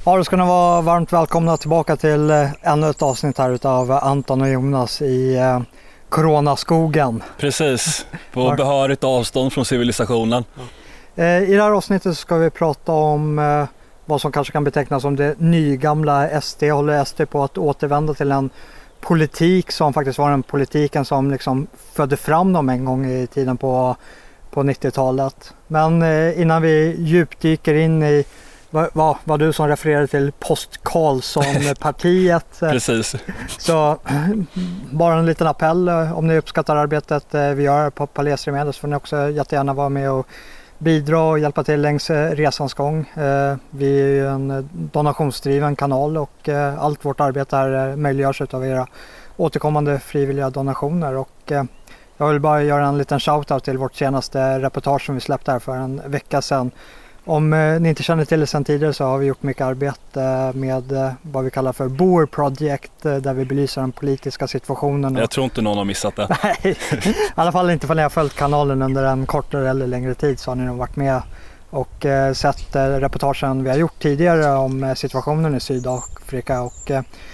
Ja, då ska ni vara varmt välkomna tillbaka till ännu ett avsnitt här utav Anton och Jonas i Coronaskogen. Precis, på behörigt avstånd från civilisationen. I det här avsnittet ska vi prata om vad som kanske kan betecknas som det nygamla SD. Håller SD på att återvända till en politik som faktiskt var den politiken som liksom födde fram dem en gång i tiden på 90-talet. Men innan vi djupdyker in i vad du som refererar till post-Karlsson-partiet. Precis. Så bara en liten appell, om ni uppskattar arbetet vi gör på Palais Remedios så får ni också jättegärna vara med och bidra och hjälpa till längs resans gång. Vi är ju en donationsdriven kanal och allt vårt arbete här möjliggörs av era återkommande frivilliga donationer. Och jag vill bara göra en liten shoutout till vårt senaste reportage som vi släppte här för en vecka sedan. Om ni inte känner till det sedan tidigare så har vi gjort mycket arbete med vad vi kallar för Boer Project där vi belyser den politiska situationen. Jag tror inte någon har missat det. Nej, i alla fall inte för när jag har följt kanalen under en kortare eller längre tid så har ni nog varit med och sett reportagen vi har gjort tidigare om situationen i Sydafrika och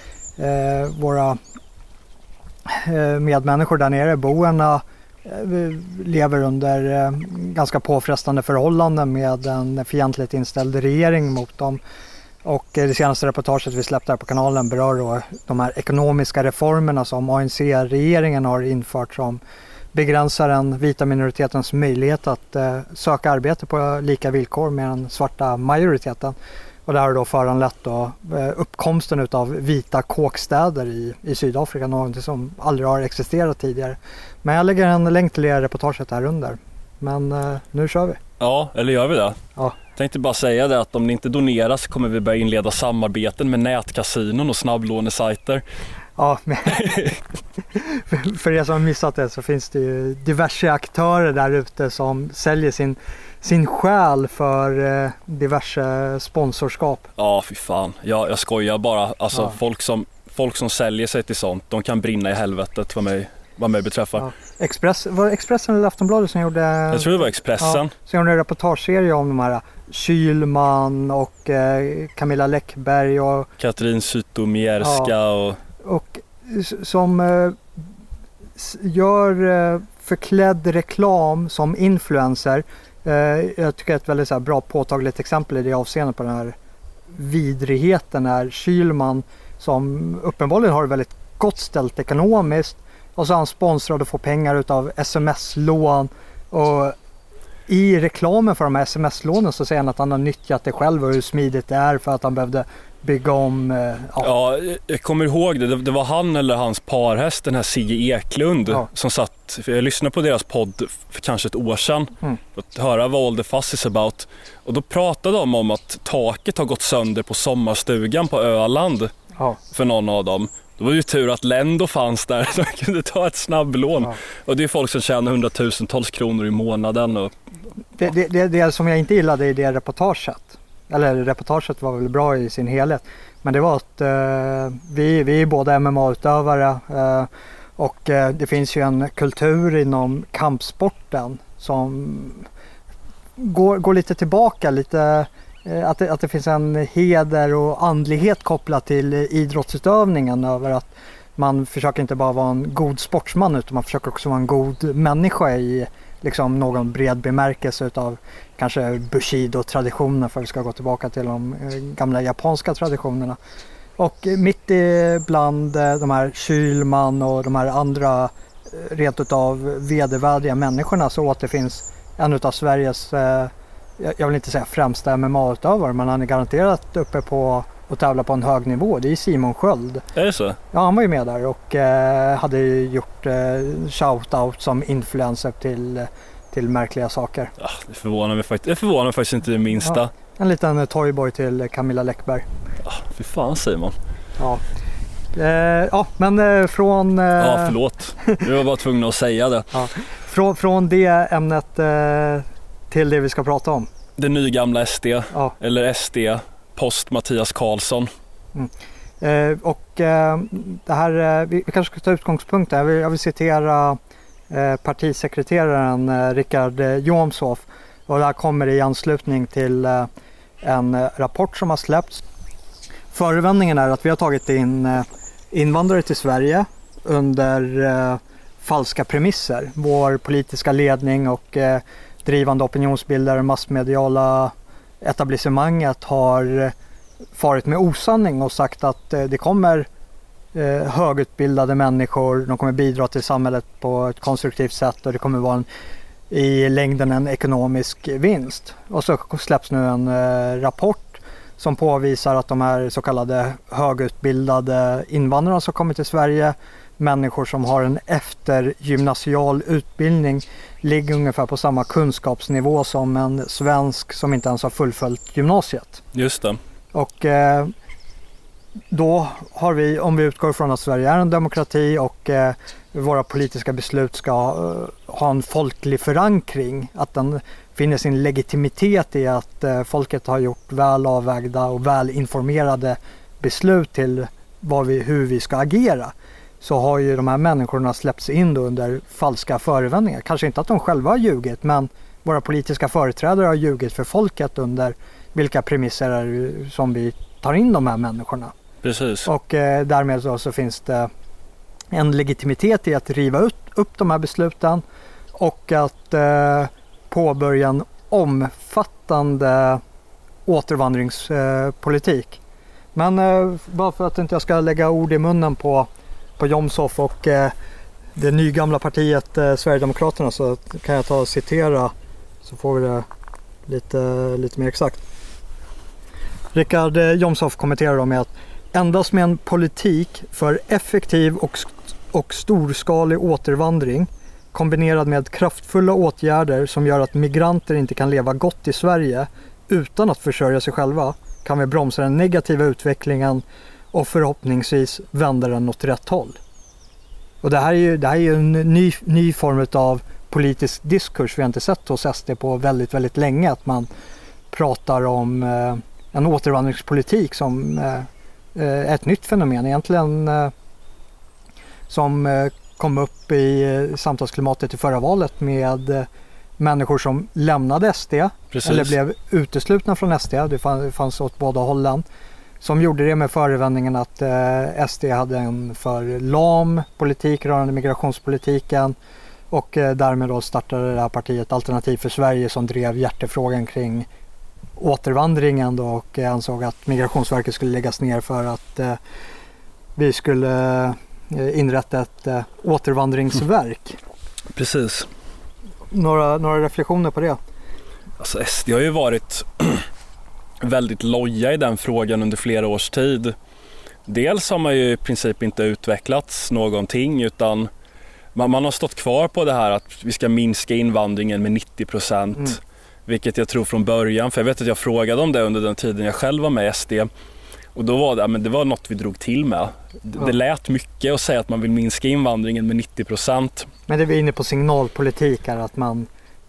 våra medmänniskor där nere, boerna, lever under ganska påfrestande förhållanden med en fientligt inställd regering mot dem. Och det senaste reportaget vi släppte här på kanalen berör då de här ekonomiska reformerna som ANC-regeringen har infört som begränsar den vita minoritetens möjlighet att söka arbete på lika villkor med den svarta majoriteten. Och det har då föranlett då uppkomsten utav vita kåkstäder i Sydafrika, något som aldrig har existerat tidigare. Men jag lägger en länk till reportaget här under. Men nu kör vi. Ja, eller gör vi det? Ja. Jag tänkte bara säga det att om ni inte donerar så kommer vi börja inleda samarbeten med nätkasinon och snabblånesajter. Ja, men för er som har missat det så finns det ju diverse aktörer där ute som säljer sin själ för diverse sponsorskap. Ja, fy fan. Jag skojar bara. Alltså folk som säljer sig till sånt, de kan brinna i helvetet vad mig beträffar. Ja. Var det Expressen eller Aftonbladet som gjorde... Jag tror det var Expressen. Ja, som gjorde en reportageserie om de här Kylman och Camilla Läckberg och Katrin Zytomierska och som gör förklädd reklam som influencer. Jag tycker ett väldigt så här bra påtagligt exempel i det avseende på den här vidrigheten är Kylman som uppenbarligen har det väldigt gott ställt ekonomiskt och så är han sponsrad och får pengar utav sms-lån och i reklamen för de här sms-lånen så säger han att han har nyttjat det själv och hur smidigt det är för att han behövde bygga om. Ja, jag kommer ihåg det var han eller hans parhäst, den här Sigge Eklund som satt, för jag lyssnade på deras podd för kanske ett år sedan att höra vad all the fuss is about och då pratade de om att taket har gått sönder på sommarstugan på Öland för någon av dem. Det var ju tur att Lendo fanns där så de kunde ta ett snabblån. Och det är folk som tjänar 100,000-tals kronor i månaden. Och, det som jag inte gillade i det reportaget, eller reportaget var väl bra i sin helhet, men det var att vi är båda MMA-utövare och det finns ju en kultur inom kampsporten som går lite tillbaka, lite... Att det finns en heder och andlighet kopplat till idrottsutövningen över att man försöker inte bara vara en god sportsman utan man försöker också vara en god människa i liksom någon bred bemärkelse utav kanske Bushido-traditioner för att vi ska gå tillbaka till de gamla japanska traditionerna. Och mitt bland de här Kylman och de här andra rent utav vedervärdiga människorna så återfinns en utav Sveriges jag vill inte säga främsta MMA-utövare, men han är garanterat uppe på och tävlar på en hög nivå. Det är Simon Sköld. Är det så? Ja, han var ju med där och hade gjort shoutout som influencer till märkliga saker. Ja, det förvånar mig faktiskt inte det minsta. Ja, en liten toyboy till Camilla Läckberg. Ja, fy fan Simon. Ja. Men från... Ja, förlåt. Du var bara tvungen att säga det. Ja. Från det ämnet... till det vi ska prata om. Det nygamla SD, eller SD, post Mattias Karlsson. Det här, vi kanske ska ta utgångspunkt där. Jag vill citera partisekreteraren Richard Jomshof. Och det här kommer i anslutning till en rapport som har släppts förevändningen är att vi har tagit in invandrare till Sverige under falska premisser. Vår politiska ledning och drivande opinionsbildare, massmediala etablissemanget har farit med osanning och sagt att det kommer högutbildade människor, de kommer bidra till samhället på ett konstruktivt sätt och det kommer vara i längden en ekonomisk vinst. Och så släpps nu en rapport som påvisar att de här så kallade högutbildade invandrarna som kommer till Sverige, människor som har en eftergymnasial utbildning, ligger ungefär på samma kunskapsnivå som en svensk som inte ens har fullföljt gymnasiet. Just det. Och då har vi, om vi utgår från att Sverige är en demokrati och våra politiska beslut ska ha en folklig förankring, att den finner sin legitimitet i att folket har gjort väl avvägda och väl informerade beslut till hur vi ska agera, så har ju de här människorna släppts in under falska förevändningar. Kanske inte att de själva har ljugit, men våra politiska företrädare har ljugit för folket under vilka premisser är som vi tar in de här människorna. Precis. Och därmed så finns det en legitimitet i att riva upp de här besluten och att påbörja en omfattande återvandringspolitik. Men bara för att inte jag ska lägga ord i munnen på Jomshof och det nygamla partiet Sverigedemokraterna, så kan jag ta och citera så får vi det lite mer exakt. Richard Jomshof kommenterar då med att endast med en politik för effektiv och storskalig återvandring kombinerad med kraftfulla åtgärder som gör att migranter inte kan leva gott i Sverige utan att försörja sig själva kan vi bromsa den negativa utvecklingen och förhoppningsvis vända den åt rätt håll. Och det här är ju en ny form av politisk diskurs vi har inte sett hos SD på väldigt, väldigt länge, att man pratar om en återvandringspolitik som ett nytt fenomen egentligen som kom upp i samtalsklimatet i förra valet med människor som lämnade SD. Precis. Eller blev uteslutna från SD, det fanns åt båda hållen, som gjorde det med förevändningen att SD hade en för lam politik rörande migrationspolitiken och därmed då startade det här partiet Alternativ för Sverige som drev hjärtefrågan kring återvandringen då, och ansåg att Migrationsverket skulle läggas ner för att vi skulle inrätta ett återvandringsverk. Precis. Några reflektioner på det? Alltså SD har ju varit väldigt loja i den frågan under flera års tid. Dels har man ju i princip inte utvecklats någonting, utan man har stått kvar på det här att vi ska minska invandringen med 90%. Vilket jag tror från början, för jag vet att jag frågade om det under den tiden jag själv var med i SD. Och då var det var något vi drog till med. Det lät mycket att säga att man vill minska invandringen med 90%. Men det är vi inne på signalpolitik här, att man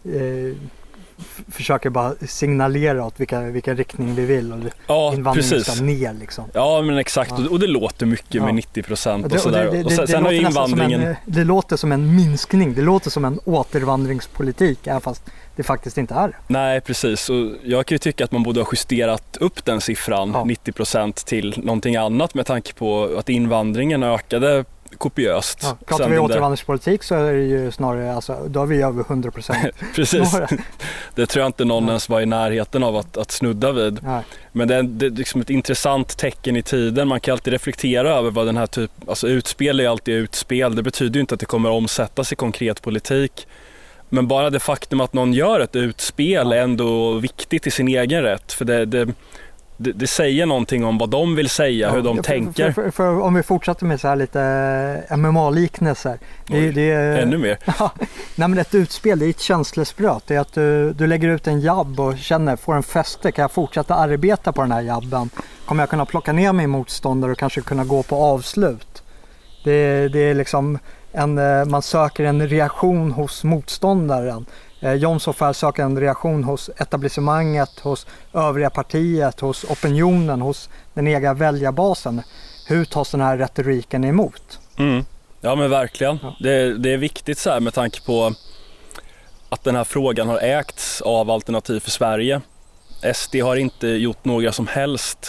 försöker bara signalera åt vilka riktning vi vill. Och invandringen ska ner liksom. Ja, men exakt. Ja. Och det låter mycket med 90% och sådär. Och sen har invandringen... Det låter som en minskning. Det låter som en återvandringspolitik, även fast det faktiskt inte är. Nej, precis. Och jag kan ju tycka att man borde ha justerat upp den siffran, 90% till någonting annat, med tanke på att invandringen ökade kopiöst. Ja, pratar vi återvandringspolitik så är det ju snarare, alltså, då har vi över 100%. Precis. Det tror jag inte någon ens var i närheten av att snudda vid. Nej. Men det är liksom ett intressant tecken i tiden. Man kan alltid reflektera över vad den här alltså utspel är alltid utspel. Det betyder ju inte att det kommer omsättas i konkret politik. Men bara det faktum att någon gör ett utspel är ändå viktigt i sin egen rätt. För det säger någonting om vad de vill säga, hur de tänker. För om vi fortsätter med så här lite MMA-liknelser. Ännu mer. Nej, men ett utspel, det är ett känslospröt. Det är att du lägger ut en jabb och får en fäste. Kan jag fortsätta arbeta på den här jabben? Kommer jag kunna plocka ner min motståndare och kanske kunna gå på avslut? Det är liksom man söker en reaktion hos motståndaren. Jomshof söker en reaktion hos etablissemanget, hos övriga partiet, hos opinionen, hos den egna väljarbasen. Hur tas den här retoriken emot? Ja, men verkligen. Ja. Det är viktigt så här med tanke på att den här frågan har ägts av Alternativ för Sverige. SD har inte gjort några som helst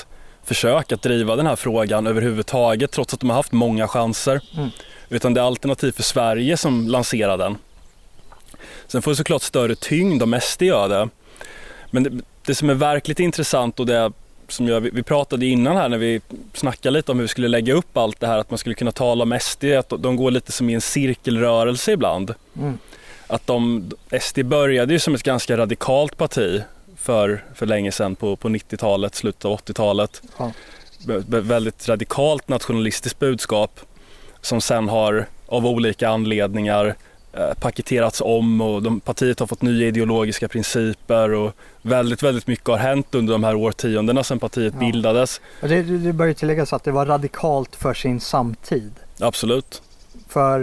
försök att driva den här frågan överhuvudtaget, trots att de har haft många chanser. Utan det är Alternativ för Sverige som lanserar den. Sen får det såklart större tyngd om SD gör det. Men det som är verkligt intressant, och det som vi pratade innan här när vi snackade lite om hur vi skulle lägga upp allt det här, att man skulle kunna tala om SD, att de går lite som i en cirkelrörelse ibland. Att SD började ju som ett ganska radikalt parti för länge sedan på 90-talet, slutet av 80-talet. Ja. Väldigt radikalt nationalistiskt budskap som sen har av olika anledningar paketerats om, och partiet har fått nya ideologiska principer, och väldigt, väldigt mycket har hänt under de här årtiondena sedan partiet bildades. Det bör ju tilläggas att det var radikalt för sin samtid. Absolut. För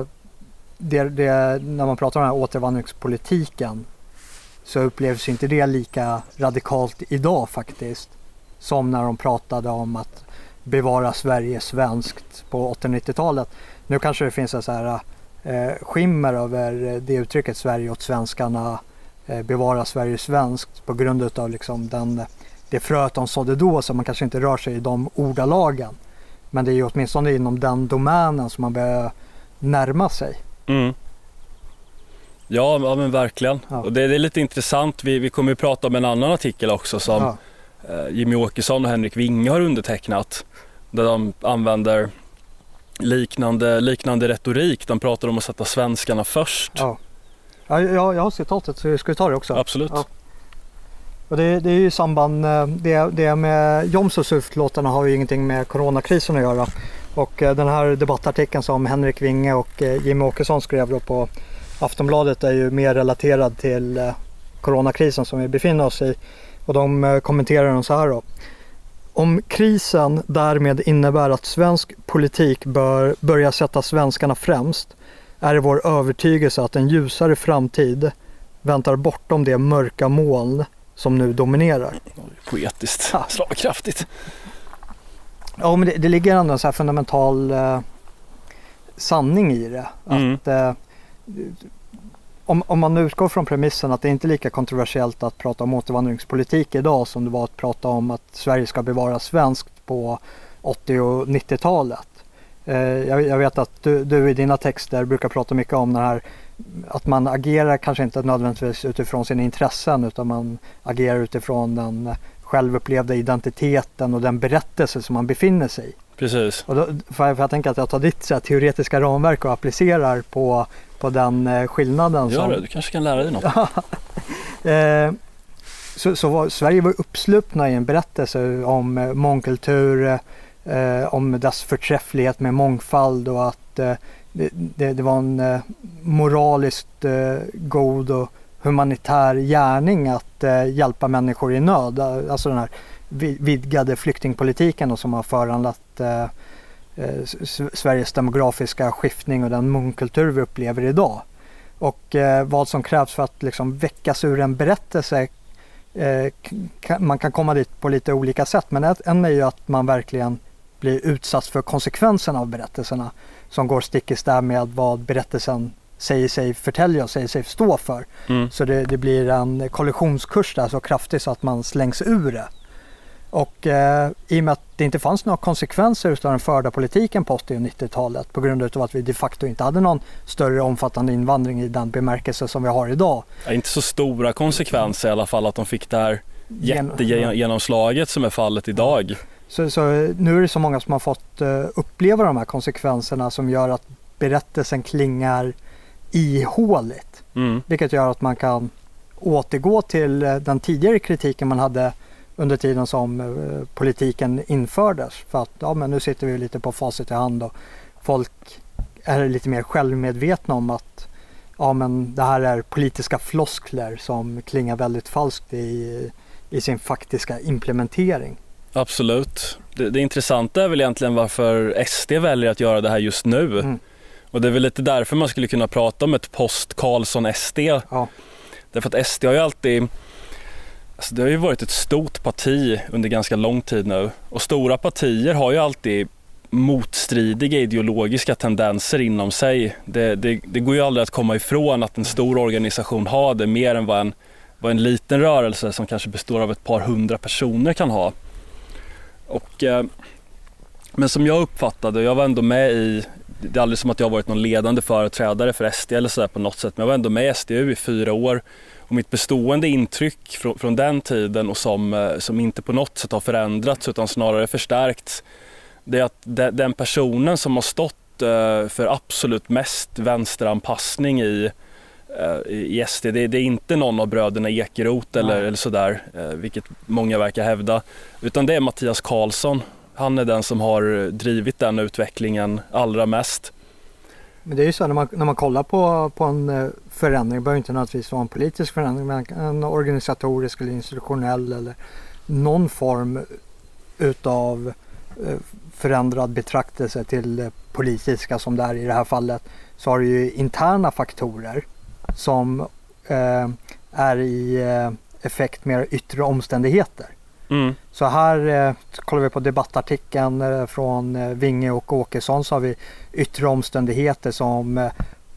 när man pratar om den här återvandringspolitiken så upplevs inte det lika radikalt idag faktiskt som när de pratade om att bevara Sverige svenskt på 80-90-talet. Nu kanske det finns en så här skimmer över det uttrycket, Sverige åt svenskarna, bevara Sverige svenskt, på grund av liksom det fröet de sådde då, så man kanske inte rör sig i de ordalagen. Men det är ju åtminstone inom den domänen som man börjar närma sig. Ja, men verkligen. Ja. Och det är lite intressant. Vi kommer ju prata om en annan artikel också som Jimmy Åkesson och Henrik Winge har undertecknat, där de använder liknande retorik. De pratar om att sätta svenskarna först. Ja, jag har citatet, så ska vi ta det också? Absolut. Ja. Och det är ju samband, det med Jomshof-låtarna har ju ingenting med coronakrisen att göra. Och den här debattartikeln som Henrik Winge och Jimmy Åkesson skrev då på Aftonbladet är ju mer relaterad till coronakrisen som vi befinner oss i. Och de kommenterar den så här då. Om krisen därmed innebär att svensk politik bör börja sätta svenskarna främst, är det vår övertygelse att en ljusare framtid väntar bortom det mörka moln som nu dominerar. Poetiskt, slagkraftigt. Ja, men det ligger ändå en så här fundamental sanning i det. Att om man utgår från premissen att det inte är lika kontroversiellt att prata om återvandringspolitik idag som det var att prata om att Sverige ska bevara svenskt på 80- och 90-talet. Jag vet att du i dina texter brukar prata mycket om det här, att man agerar kanske inte nödvändigtvis utifrån sina intressen, utan man agerar utifrån den självupplevda identiteten och den berättelse som man befinner sig i. Precis. Och då, för jag tänker att jag tar ditt så här, teoretiska ramverk och applicerar på den skillnaden. Gör det, du kanske kan lära dig något. Sverige var uppslupna i en berättelse om mångkultur, om dess förträfflighet med mångfald, och att det var en moraliskt god och humanitär gärning att hjälpa människor i nöd. Alltså den här vidgade flyktingpolitiken som har föranlett Sveriges demografiska skiftning och den mångkultur vi upplever idag. Och vad som krävs för att liksom väckas ur en berättelse, man kan komma dit på lite olika sätt, men en är ju att man verkligen blir utsatt för konsekvenserna av berättelserna som går stick i stäv med vad berättelsen säger sig förtälja och säger sig stå för. Så det blir en kollisionskurs där så kraftigt så att man slängs ur det. Och i och med att det inte fanns några konsekvenser av den förda politiken på 80- och 90-talet på grund av att vi de facto inte hade någon större omfattande invandring i den bemärkelse som vi har idag. Ja, inte så stora konsekvenser i alla fall, att de fick det här jättegenomslaget som är fallet idag. Så nu är det så många som har fått uppleva de här konsekvenserna som gör att berättelsen klingar ihåligt. Vilket gör att man kan återgå till den tidigare kritiken man hade under tiden som politiken infördes. För att men nu sitter vi lite på facit i hand och folk är lite mer självmedvetna om att men det här är politiska floskler som klingar väldigt falskt i sin faktiska implementering. Absolut. Det intressanta är väl egentligen varför SD väljer att göra det här just nu. Och det är väl lite därför man skulle kunna prata om ett post-Karlsson-SD. Ja. Därför att SD har ju alltid... Alltså det har ju varit ett stort parti under ganska lång tid nu. Och stora partier har ju alltid motstridiga ideologiska tendenser inom sig. Det går ju aldrig att komma ifrån att en stor organisation har det mer än vad en liten rörelse som kanske består av ett par hundra personer kan ha. Men som jag uppfattade, jag var ändå med i, det är aldrig som att jag har varit någon ledande företrädare för SD eller sådär på något sätt, men jag var ändå med i SDU i 4 år. Och mitt bestående intryck från den tiden och som inte på något sätt har förändrats utan snarare förstärkts, det är att den personen som har stått för absolut mest vänsteranpassning i SD, det är inte någon av bröderna Ekeroth eller sådär, vilket många verkar hävda, utan det är Mattias Karlsson. Han är den som har drivit den utvecklingen allra mest. Men det är ju så när man kollar på en förändring, det behöver inte nödvändigtvis vara en politisk förändring, men en organisatorisk eller institutionell eller någon form utav förändrad betraktelse till politiska som det är i det här fallet, så har du ju interna faktorer som är i effekt med yttre omständigheter. Mm. Så här kollar vi på debattartikeln från Winge och Åkesson, så har vi yttre omständigheter som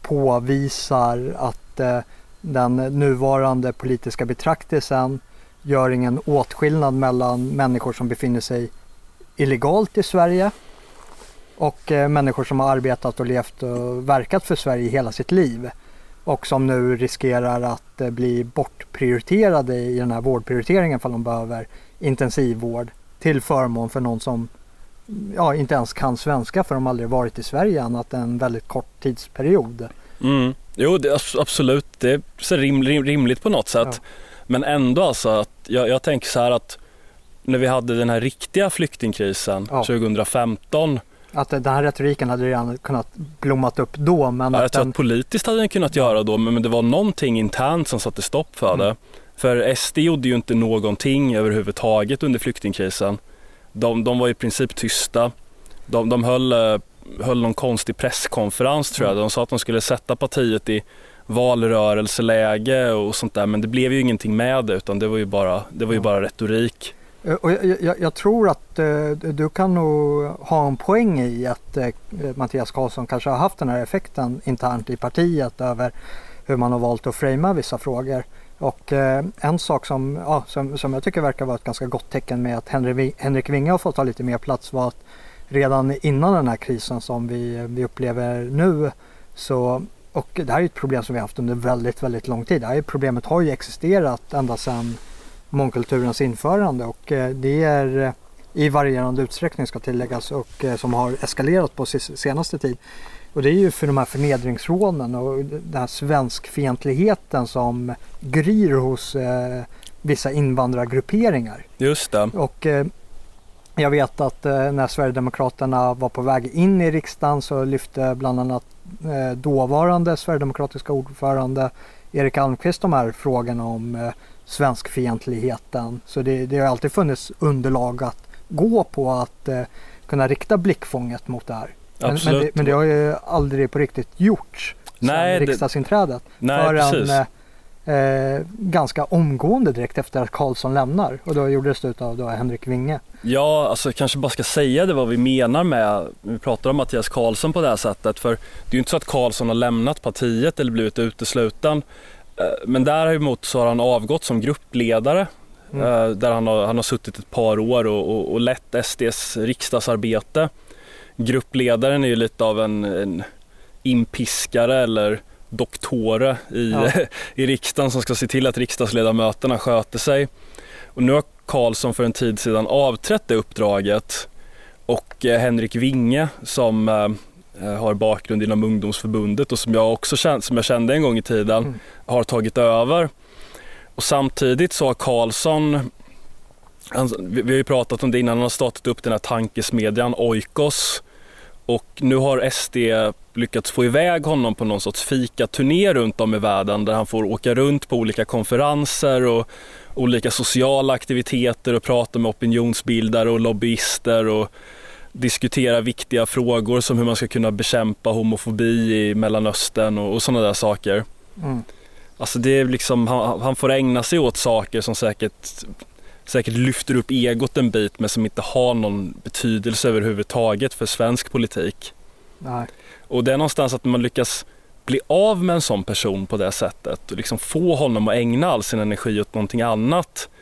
påvisar att den nuvarande politiska betraktelsen gör ingen åtskillnad mellan människor som befinner sig illegalt i Sverige och människor som har arbetat och levt och verkat för Sverige hela sitt liv och som nu riskerar att bli bortprioriterade i den här vårdprioriteringen för de behöver intensivvård till förmån för någon som inte ens kan svenska för de aldrig varit i Sverige annat än en väldigt kort tidsperiod. Mm. Jo, det är absolut. Det är så rimligt på något sätt. Ja. Men ändå alltså, att jag tänker så här att när vi hade den här riktiga flyktingkrisen 2015, att den här retoriken hade redan kunnat blommat upp då. Men jag tror att politiskt hade den kunnat göra då, men det var någonting internt som satte stopp för det. För SD gjorde ju inte någonting överhuvudtaget under flyktingkrisen. De var i princip tysta. De höll någon konstig presskonferens tror jag. De sa att de skulle sätta partiet i valrörelseläge och sånt där, men det blev ju ingenting med det, utan det var ju bara retorik. Och jag tror att du kan nog ha en poäng i att Mattias Karlsson kanske har haft den här effekten internt i partiet över hur man har valt att framea vissa frågor. Och en sak som jag tycker verkar vara ett ganska gott tecken med att Henrik Winge har fått ta lite mer plats var att redan innan den här krisen som vi upplever nu, så, och det här är ett problem som vi har haft under väldigt, väldigt lång tid. Det här problemet har ju existerat ända sedan mångkulturens införande och det är i varierande utsträckning ska tilläggas och som har eskalerat på senaste tid. Och det är ju för de här förnedringsrånen och den här svenskfientligheten som gryr hos vissa invandrargrupperingar. Just det. Och jag vet att när Sverigedemokraterna var på väg in i riksdagen så lyfte bland annat dåvarande Sverigedemokratiska ordförande Erik Almqvist de här frågorna om svenskfientligheten. Så det har alltid funnits underlag att gå på att kunna rikta blickfånget mot det här. Men det har ju aldrig på riktigt gjorts sedan riksdagsinträdet. Förrän ganska omgående direkt efter att Karlsson lämnar. Och då gjordes det av Henrik Winge. Ja, alltså kanske bara ska säga det vad vi menar med, vi pratar om Mattias Karlsson på det här sättet. För det är ju inte så att Karlsson har lämnat partiet eller blivit utesluten. Men däremot så har han avgått som gruppledare. Där han har suttit ett par år och lett SDs riksdagsarbete. Gruppledaren är ju lite av en inpiskare eller doktore i riksdagen som ska se till att riksdagsledamöterna sköter sig. Och nu har Karlsson för en tid sedan avträtt det uppdraget och Henrik Winge som har bakgrund inom ungdomsförbundet och som jag kände en gång i tiden har tagit över. Och samtidigt så har Karlsson, vi har ju pratat om det innan, han har startat upp den här tankesmedjan Oikos. Och nu har SD lyckats få iväg honom på någon sorts fikaturné runt om i världen där han får åka runt på olika konferenser och olika sociala aktiviteter och prata med opinionsbildare och lobbyister och diskutera viktiga frågor som hur man ska kunna bekämpa homofobi i Mellanöstern och sådana där saker. Alltså det är liksom, han får ägna sig åt saker som säkert lyfter upp egot en bit men som inte har någon betydelse överhuvudtaget för svensk politik. Nej. Och det är någonstans att man lyckas bli av med en sån person på det sättet och liksom få honom att ägna all sin energi åt någonting annat.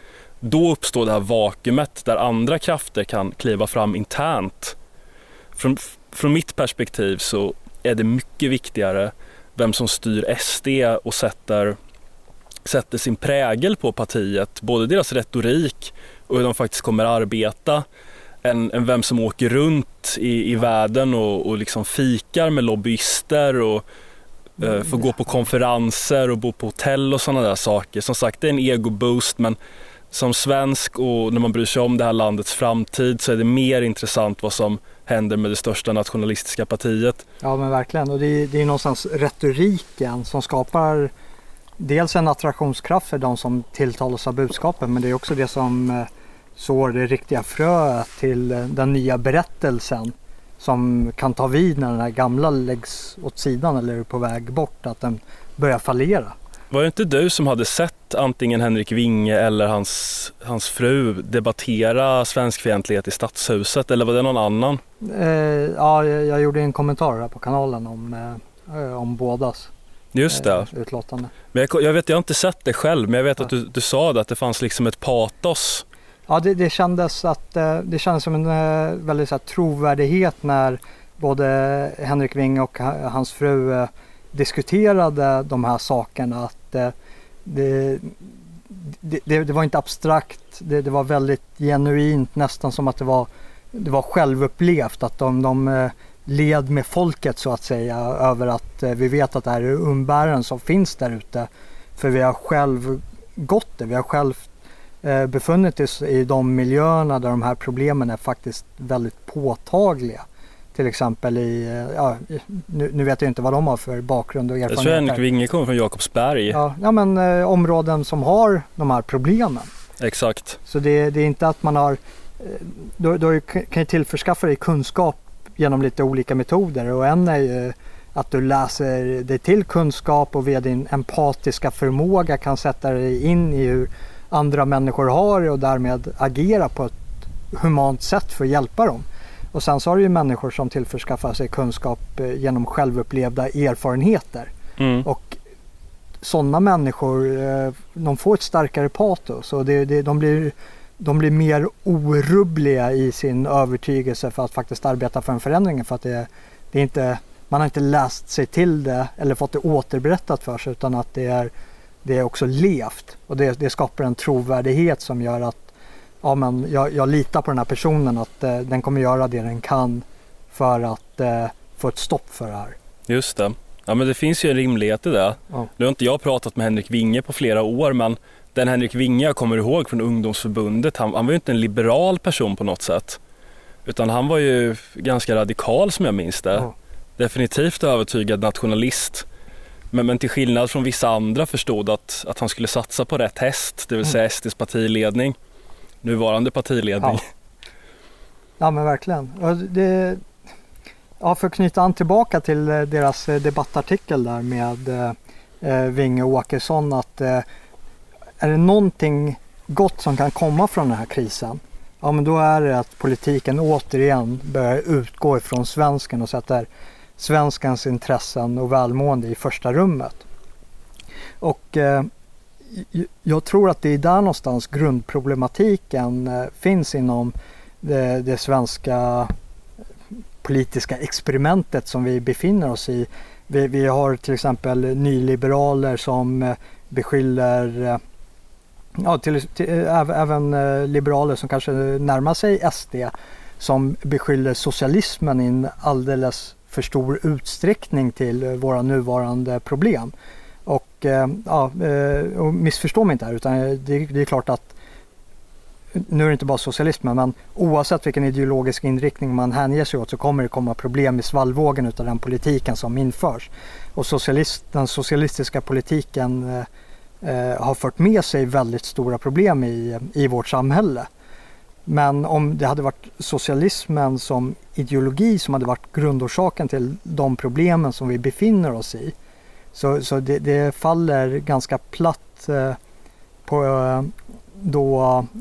då uppstår det här vakuumet där andra krafter kan kliva fram internt. Från mitt perspektiv så är det mycket viktigare vem som styr SD och sätter sin prägel på partiet, både deras retorik och hur de faktiskt kommer att arbeta, än vem som åker runt i världen och liksom fikar med lobbyister och får gå på konferenser och bo på hotell och sådana där saker. Som sagt, det är en ego-boost, men som svensk och när man bryr sig om det här landets framtid så är det mer intressant vad som händer med det största nationalistiska partiet. Ja, men verkligen. Och det är någonstans retoriken som skapar dels en attraktionskraft för de som tilltalas av budskapet, men det är också det som sår det riktiga fröet till den nya berättelsen som kan ta vid när den här gamla läggs åt sidan eller är på väg bort, att den börjar fallera. Var det inte du som hade sett antingen Henrik Winge eller hans fru debattera svenskfientlighet i Stadshuset, eller var det någon annan? Ja, jag gjorde en kommentar här på kanalen om bådas. Just det. Utlåtande. Men jag vet, jag har inte sett det själv, men jag vet att du sa det, att det fanns liksom ett patos. Ja, det kändes som en väldigt så här, trovärdighet när både Henrik Winge och hans fru diskuterade de här sakerna. Att det var inte abstrakt, det var väldigt genuint, nästan som att det var självupplevt, att de led med folket så att säga, över att vi vet att det här är umbäranden som finns där ute, för vi har själv gått det, vi har själv befunnit oss i de miljöerna där de här problemen är faktiskt väldigt påtagliga. Till exempel nu vet jag inte vad de har för bakgrund och erfarenheter. Jag tror Henrik Winge kommer från Jakobsberg. Ja, men områden som har de här problemen. Exakt. Så det är inte att man har, då kan ju tillförskaffa dig kunskap genom lite olika metoder, och en är ju att du läser dig till kunskap och via din empatiska förmåga kan sätta dig in i hur andra människor har det och därmed agera på ett humant sätt för att hjälpa dem. Och sen så har du ju människor som tillförskaffar sig kunskap genom självupplevda erfarenheter. Och sådana människor, de får ett starkare patos, och de blir mer orubbliga i sin övertygelse för att faktiskt arbeta för en förändring, för att det är inte, man har inte läst sig till det eller fått det återberättat för sig, utan att det är också levt, och det skapar en trovärdighet som gör att jag litar på den här personen, att den kommer göra det den kan för att få ett stopp för det här. Just det. Ja, men det finns ju en rimlighet i det. Ja. Nu har inte jag pratat med Henrik Winge på flera år, men den Henrik Winge jag kommer ihåg från ungdomsförbundet, han var ju inte en liberal person på något sätt. Utan han var ju ganska radikal som jag minns det. Ja. Definitivt övertygad nationalist. Men till skillnad från vissa andra förstod att han skulle satsa på rätt häst, det vill säga SDs partiledning. Nuvarande partiledning. Ja, men verkligen. För att knyta an tillbaka till deras debattartikel där med Winge och Åkesson, att är det någonting gott som kan komma från den här krisen, ja, men då är det att politiken återigen börjar utgå ifrån svensken och sätter svenskans intressen och välmående i första rummet. Och jag tror att det är där någonstans grundproblematiken finns inom det svenska politiska experimentet som vi befinner oss i. Vi har till exempel nyliberaler som beskyller, även liberaler som kanske närmar sig SD, som beskyller socialismen i en alldeles för stor utsträckning till våra nuvarande problem. Och missförstå mig inte här, utan det är klart att nu är det inte bara socialismen, men oavsett vilken ideologisk inriktning man hänger sig åt så kommer det komma problem i svallvågen utav den politiken som införs. Och den socialistiska politiken har fört med sig väldigt stora problem i vårt samhälle. Men om det hade varit socialismen som ideologi som hade varit grundorsaken till de problemen som vi befinner oss i, så det faller ganska platt på då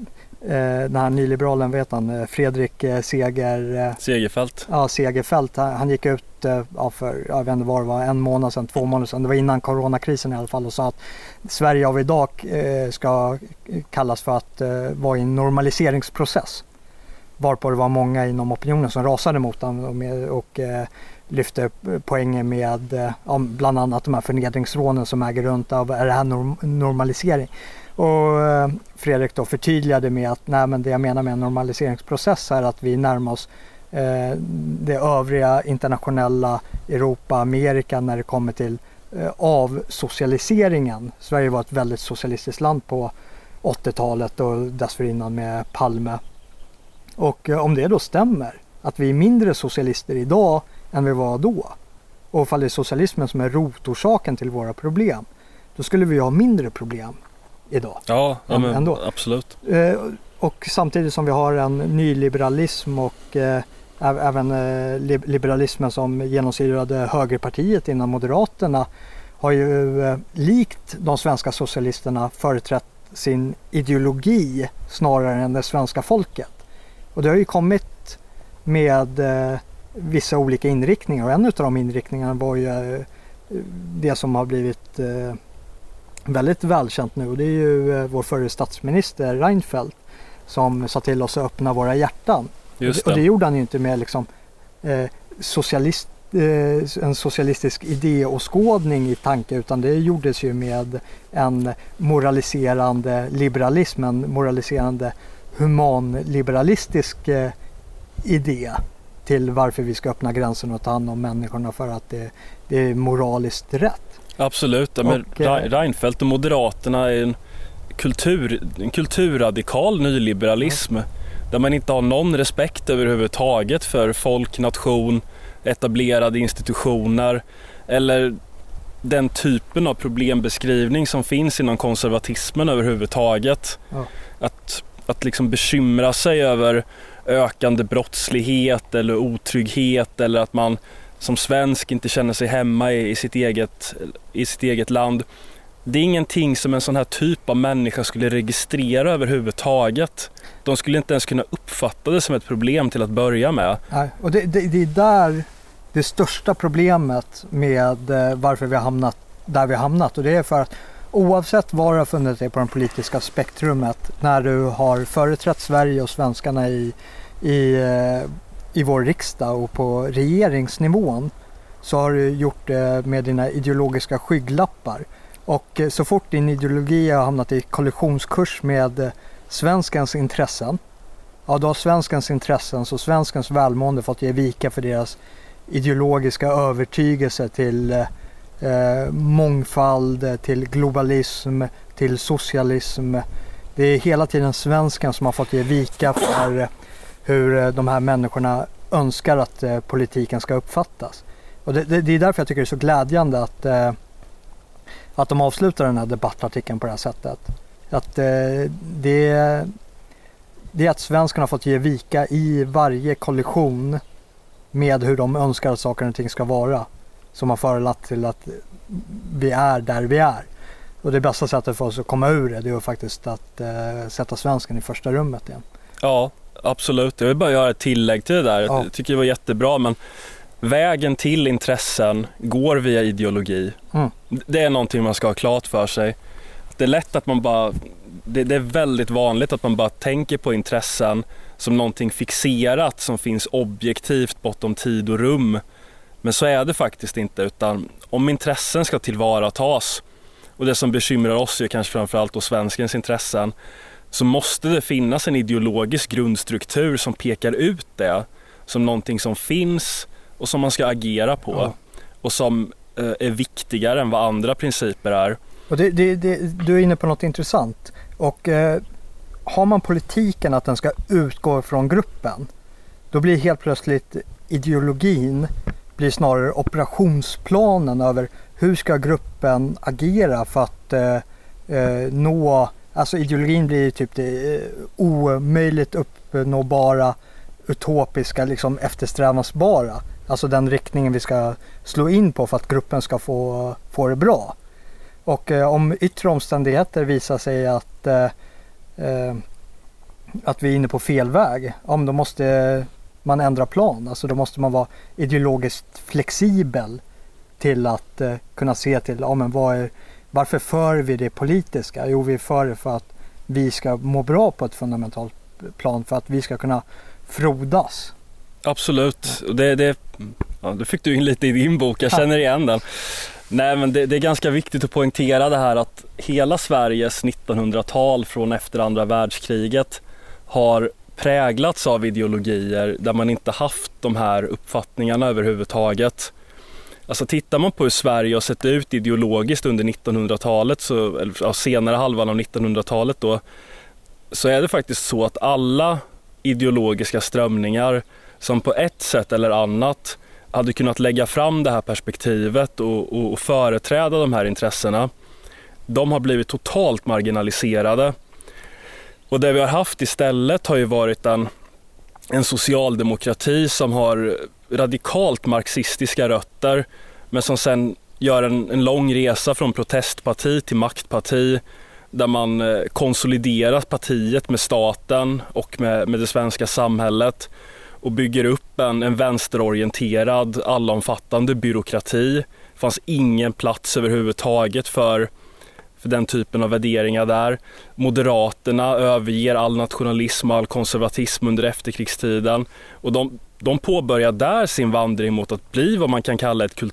den här nyliberalen, vet han, Fredrik Segerfeldt. Ja, Segerfeldt. Han gick ut för, jag vet inte vad det var, 1 månad sedan, 2 månader sedan. Det var innan coronakrisen i alla fall, och sa att Sverige av idag ska kallas för att vara i en normaliseringsprocess. Varpå det var många inom opinionen som rasade mot honom och lyfte poängen med bland annat de här förnedringsrånen som äger runt av, är det här normalisering? Och Fredrik då förtydligade med att nej, men det jag menar med en normaliseringsprocess är att vi närmar oss det övriga internationella Europa, Amerika när det kommer till avsocialiseringen. Sverige var ett väldigt socialistiskt land på 80-talet och dessförinnan med Palme. Och om det då stämmer att vi är mindre socialister idag än vi var då, och ifall det är socialismen som är rotorsaken till våra problem, då skulle vi ha mindre problem idag. Ja, men absolut. Och samtidigt som vi har en nyliberalism och även liberalismen som genomsyrade högerpartiet innan Moderaterna, har ju likt de svenska socialisterna företrätt sin ideologi snarare än det svenska folket. Och det har ju kommit med vissa olika inriktningar, och en av de inriktningarna var ju det som har blivit väldigt välkänt nu, och det är ju vår förre statsminister Reinfeldt som sa till oss att öppna våra hjärtan. Och det gjorde han ju inte med liksom, en socialistisk idéåskådning i tanke, utan det gjordes ju med en moraliserande liberalism, en moraliserande humanliberalistisk idé till varför vi ska öppna gränsen och ta hand om människorna för att det är moraliskt rätt. Absolut, men Reinfeldt och Moderaterna är en kulturradikal nyliberalism där man inte har någon respekt överhuvudtaget för folk, nation, etablerade institutioner eller den typen av problembeskrivning som finns inom konservatismen överhuvudtaget. Ja. Att liksom bekymra sig över ökande brottslighet eller otrygghet, eller att man som svensk inte känner sig hemma i sitt eget land. Det är ingenting som en sån här typ av människa skulle registrera överhuvudtaget. De skulle inte ens kunna uppfatta det som ett problem till att börja med. Nej, och det är där det största problemet med varför vi har hamnat där vi har hamnat. Och det är för att oavsett var du har funnit dig på det politiska spektrumet, när du har företrätt Sverige och svenskarna i vår riksdag och på regeringsnivån, så har du gjort det med dina ideologiska skygglappar. Och så fort din ideologi har hamnat i kollisionskurs med svenskens intressen, ja, då har svenskens intressen, så svenskens välmående, fått ge vika för deras ideologiska övertygelse till mångfald, till globalism, till socialism. Det är hela tiden svensken som har fått ge vika för hur de här människorna önskar att politiken ska uppfattas. Och det är därför jag tycker det är så glädjande att de avslutar den här debattartikeln på det här sättet. Att det är att svenskarna har fått ge vika i varje kollision med hur de önskar att saker och ting ska vara, som har förelagt till att vi är där vi är. Och det bästa sättet för oss att komma ur det är faktiskt att sätta svensken i första rummet igen. Ja, absolut. Jag vill bara göra ett tillägg till det där. Ja. Jag tycker det var jättebra, men vägen till intressen går via ideologi. Mm. Det är någonting man ska ha klart för sig. Det är lätt att man bara... Det är väldigt vanligt att man bara tänker på intressen som någonting fixerat som finns objektivt bortom tid och rum. Men så är det faktiskt inte, utan om intressen ska tillvaratas, och det som bekymrar oss är kanske framförallt då svenskens intressen, så måste det finnas en ideologisk grundstruktur som pekar ut det som någonting som finns och som man ska agera på. Ja. Och som är viktigare än vad andra principer är. Och du är inne på något intressant. Och har man politiken att den ska utgå från gruppen, då blir helt plötsligt ideologin blir snarare operationsplanen över hur ska gruppen agera för att nå, alltså ideologin blir typ det omöjligt uppnåbara, utopiska, liksom eftersträvansbara, alltså den riktningen vi ska slå in på för att gruppen ska få det bra. Och om yttre omständigheter visar sig att att vi är inne på fel väg, då måste man ändra plan. Alltså då måste man vara ideologiskt flexibel till att kunna se till varför för vi det politiska? Jo, vi för det för att vi ska må bra på ett fundamentalt plan, för att vi ska kunna frodas. Absolut. Det fick du in lite i din bok, jag känner igen den. Nej, men det är ganska viktigt att poängtera det här att hela Sveriges 1900-tal från efter andra världskriget har präglats av ideologier där man inte haft de här uppfattningarna överhuvudtaget. Alltså tittar man på hur Sverige har sett ut ideologiskt under 1900-talet, eller senare halvan av 1900-talet då, så är det faktiskt så att alla ideologiska strömningar som på ett sätt eller annat hade kunnat lägga fram det här perspektivet och företräda de här intressena, de har blivit totalt marginaliserade. Och det vi har haft istället har ju varit en socialdemokrati som har radikalt marxistiska rötter, men som sen gör en lång resa från protestparti till maktparti, där man konsoliderar partiet med staten och med det svenska samhället och bygger upp en vänsterorienterad, allomfattande byråkrati. Det fanns ingen plats överhuvudtaget för den typen av värderingar där. Moderaterna överger all nationalism och all konservatism under efterkrigstiden. Och de påbörjar där sin vandring mot att bli vad man kan kalla ett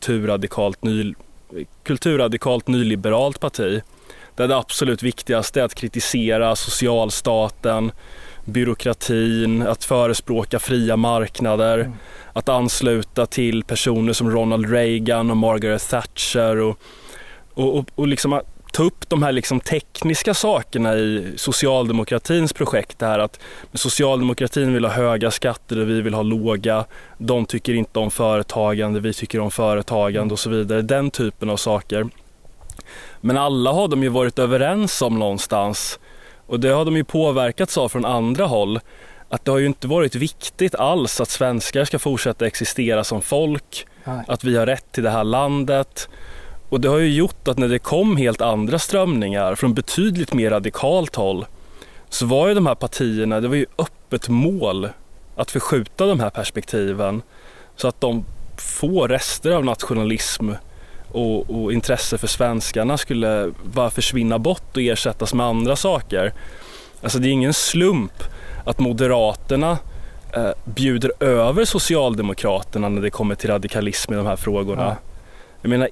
kulturradikalt nyliberalt parti. Där det absolut viktigaste är att kritisera socialstaten, byråkratin, att förespråka fria marknader, att ansluta till personer som Ronald Reagan och Margaret Thatcher och liksom ta upp de här liksom tekniska sakerna i socialdemokratins projekt. Det här att socialdemokratin vill ha höga skatter och vi vill ha låga. De tycker inte om företagande, vi tycker om företagande och så vidare. Den typen av saker. Men alla har de ju varit överens om någonstans. Och det har de ju påverkats av från andra håll. Att det har ju inte varit viktigt alls att svenskar ska fortsätta existera som folk. Nej. Att vi har rätt till det här landet. Och det har ju gjort att när det kom helt andra strömningar från betydligt mer radikalt håll, så var ju de här partierna, det var ju öppet mål att förskjuta de här perspektiven så att de få rester av nationalism och intresse för svenskarna skulle bara försvinna bort och ersättas med andra saker. Alltså det är ingen slump att Moderaterna bjuder över Socialdemokraterna när det kommer till radikalism i de här frågorna. Ja. Jag menar,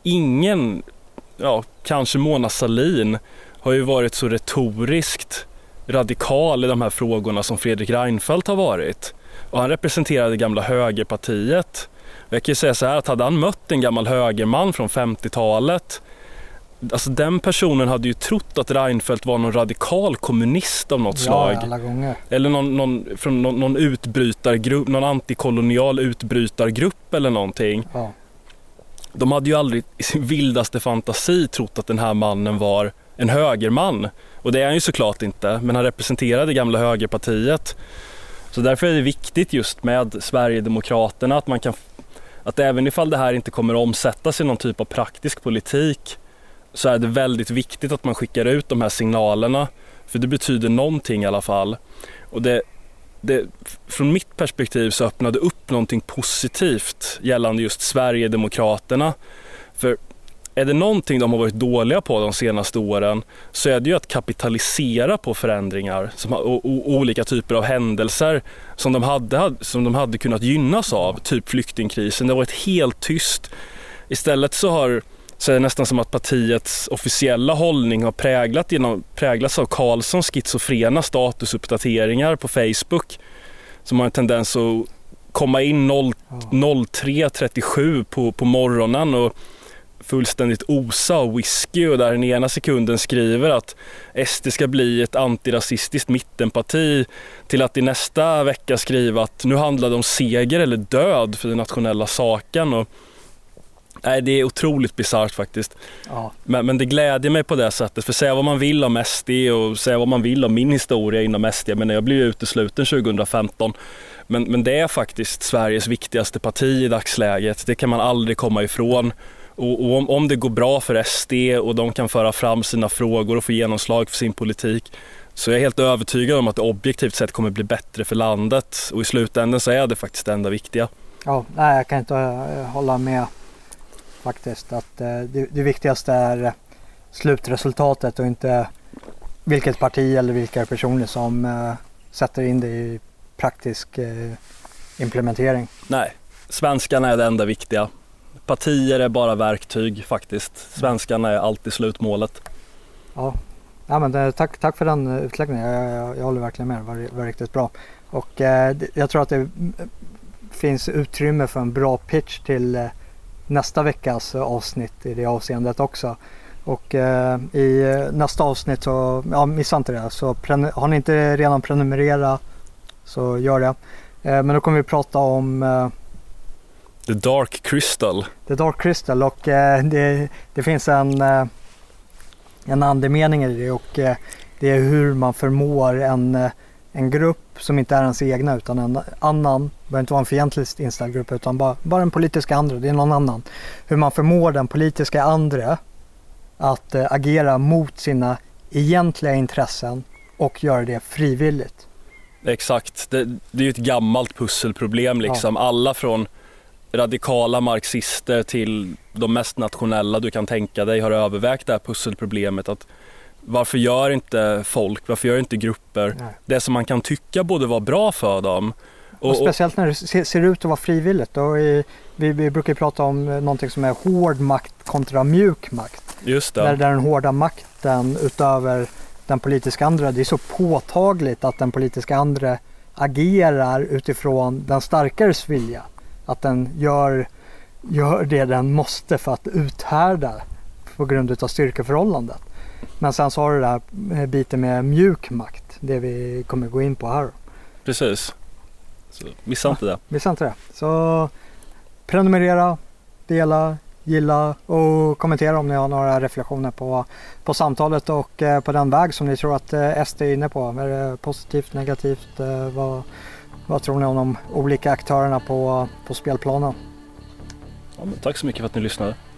kanske Mona Sahlin har ju varit så retoriskt radikal i de här frågorna som Fredrik Reinfeldt har varit. Och han representerade gamla högerpartiet. Jag kan ju säga så här, att hade han mött en gammal högerman från 50-talet, alltså den personen hade ju trott att Reinfeldt var någon radikal kommunist av något slag. Alla gånger. Eller någon utbrytargrupp, någon antikolonial utbrytargrupp eller någonting. Ja. De hade ju aldrig i sin vildaste fantasi trott att den här mannen var en högerman. Och det är han ju såklart inte, men han representerade det gamla högerpartiet. Så därför är det viktigt just med Sverigedemokraterna att även ifall det här inte kommer att omsättas i någon typ av praktisk politik, så är det väldigt viktigt att man skickar ut de här signalerna. För det betyder någonting i alla fall. Och det från mitt perspektiv så öppnade upp någonting positivt gällande just Sverigedemokraterna. För är det någonting de har varit dåliga på de senaste åren, så är det ju att kapitalisera på förändringar och olika typer av händelser som de hade kunnat gynnas av, typ flyktingkrisen. Det har varit helt tyst. Istället så är det nästan som att partiets officiella hållning har präglats av Karlssons schizofrena statusuppdateringar på Facebook, som har en tendens att komma in 03.37 på morgonen och fullständigt osa av whisky, och där den ena sekunden skriver att SD ska bli ett antirasistiskt mittenparti, till att i nästa vecka skriva att nu handlar det om seger eller död för den nationella saken. Och nej, det är otroligt bizarrt faktiskt. Ja. Men det glädjer mig på det sättet. För säga vad man vill om SD och säga vad man vill om min historia inom SD. Men jag blev utesluten 2015. Men det är faktiskt Sveriges viktigaste parti i dagsläget. Det kan man aldrig komma ifrån. Och om det går bra för SD och de kan föra fram sina frågor och få genomslag för sin politik, Så jag är helt övertygad om att det objektivt sett kommer bli bättre för landet. Och i slutändan så är det faktiskt det enda viktiga. Ja, nej, jag kan inte hålla med faktiskt. Att det viktigaste är slutresultatet och inte vilket parti eller vilka personer som sätter in det i praktisk implementering. Nej, svenskarna är det enda viktiga. Partier är bara verktyg faktiskt. Svenskarna är alltid slutmålet. Ja, men tack för den utläggningen. Jag håller verkligen med. Det var riktigt bra. Och jag tror att det finns utrymme för en bra pitch till nästa veckas avsnitt i det avseendet också. Och i nästa avsnitt så, missa inte det. Så har ni inte redan prenumererat så gör det. Men då kommer vi prata om The Dark Crystal. The Dark Crystal och det finns en andemening i det och det är hur man förmår en grupp som inte är ens egna utan en annan, det behöver inte vara en fientligt inställd grupp utan bara en politiska andra, det är någon annan. Hur man förmår den politiska andra att agera mot sina egentliga intressen och göra det frivilligt. Exakt, det är ju ett gammalt pusselproblem liksom. Ja. Alla från radikala marxister till de mest nationella du kan tänka dig har övervägt det här pusselproblemet. Att varför gör inte folk, varför gör inte grupper det som man kan tycka borde vara bra för dem? Och speciellt när det ser ut att vara frivilligt. Och vi brukar prata om någonting som är hård makt kontra mjuk makt. Just det. Där den hårda makten utöver den politiska andra, det är så påtagligt att den politiska andra agerar utifrån den starkares vilja. Att den gör det den måste för att uthärda på grund av styrkeförhållandet. Men sen så har du det här biten med mjuk makt, det vi kommer gå in på här. Precis. Så missa inte det. Missa inte det. Så prenumerera, dela, gilla och kommentera om ni har några reflektioner på samtalet och på den väg som ni tror att SD är inne på. Är det positivt, negativt? Vad tror ni om de olika aktörerna på spelplanen? Ja, men tack så mycket för att ni lyssnade.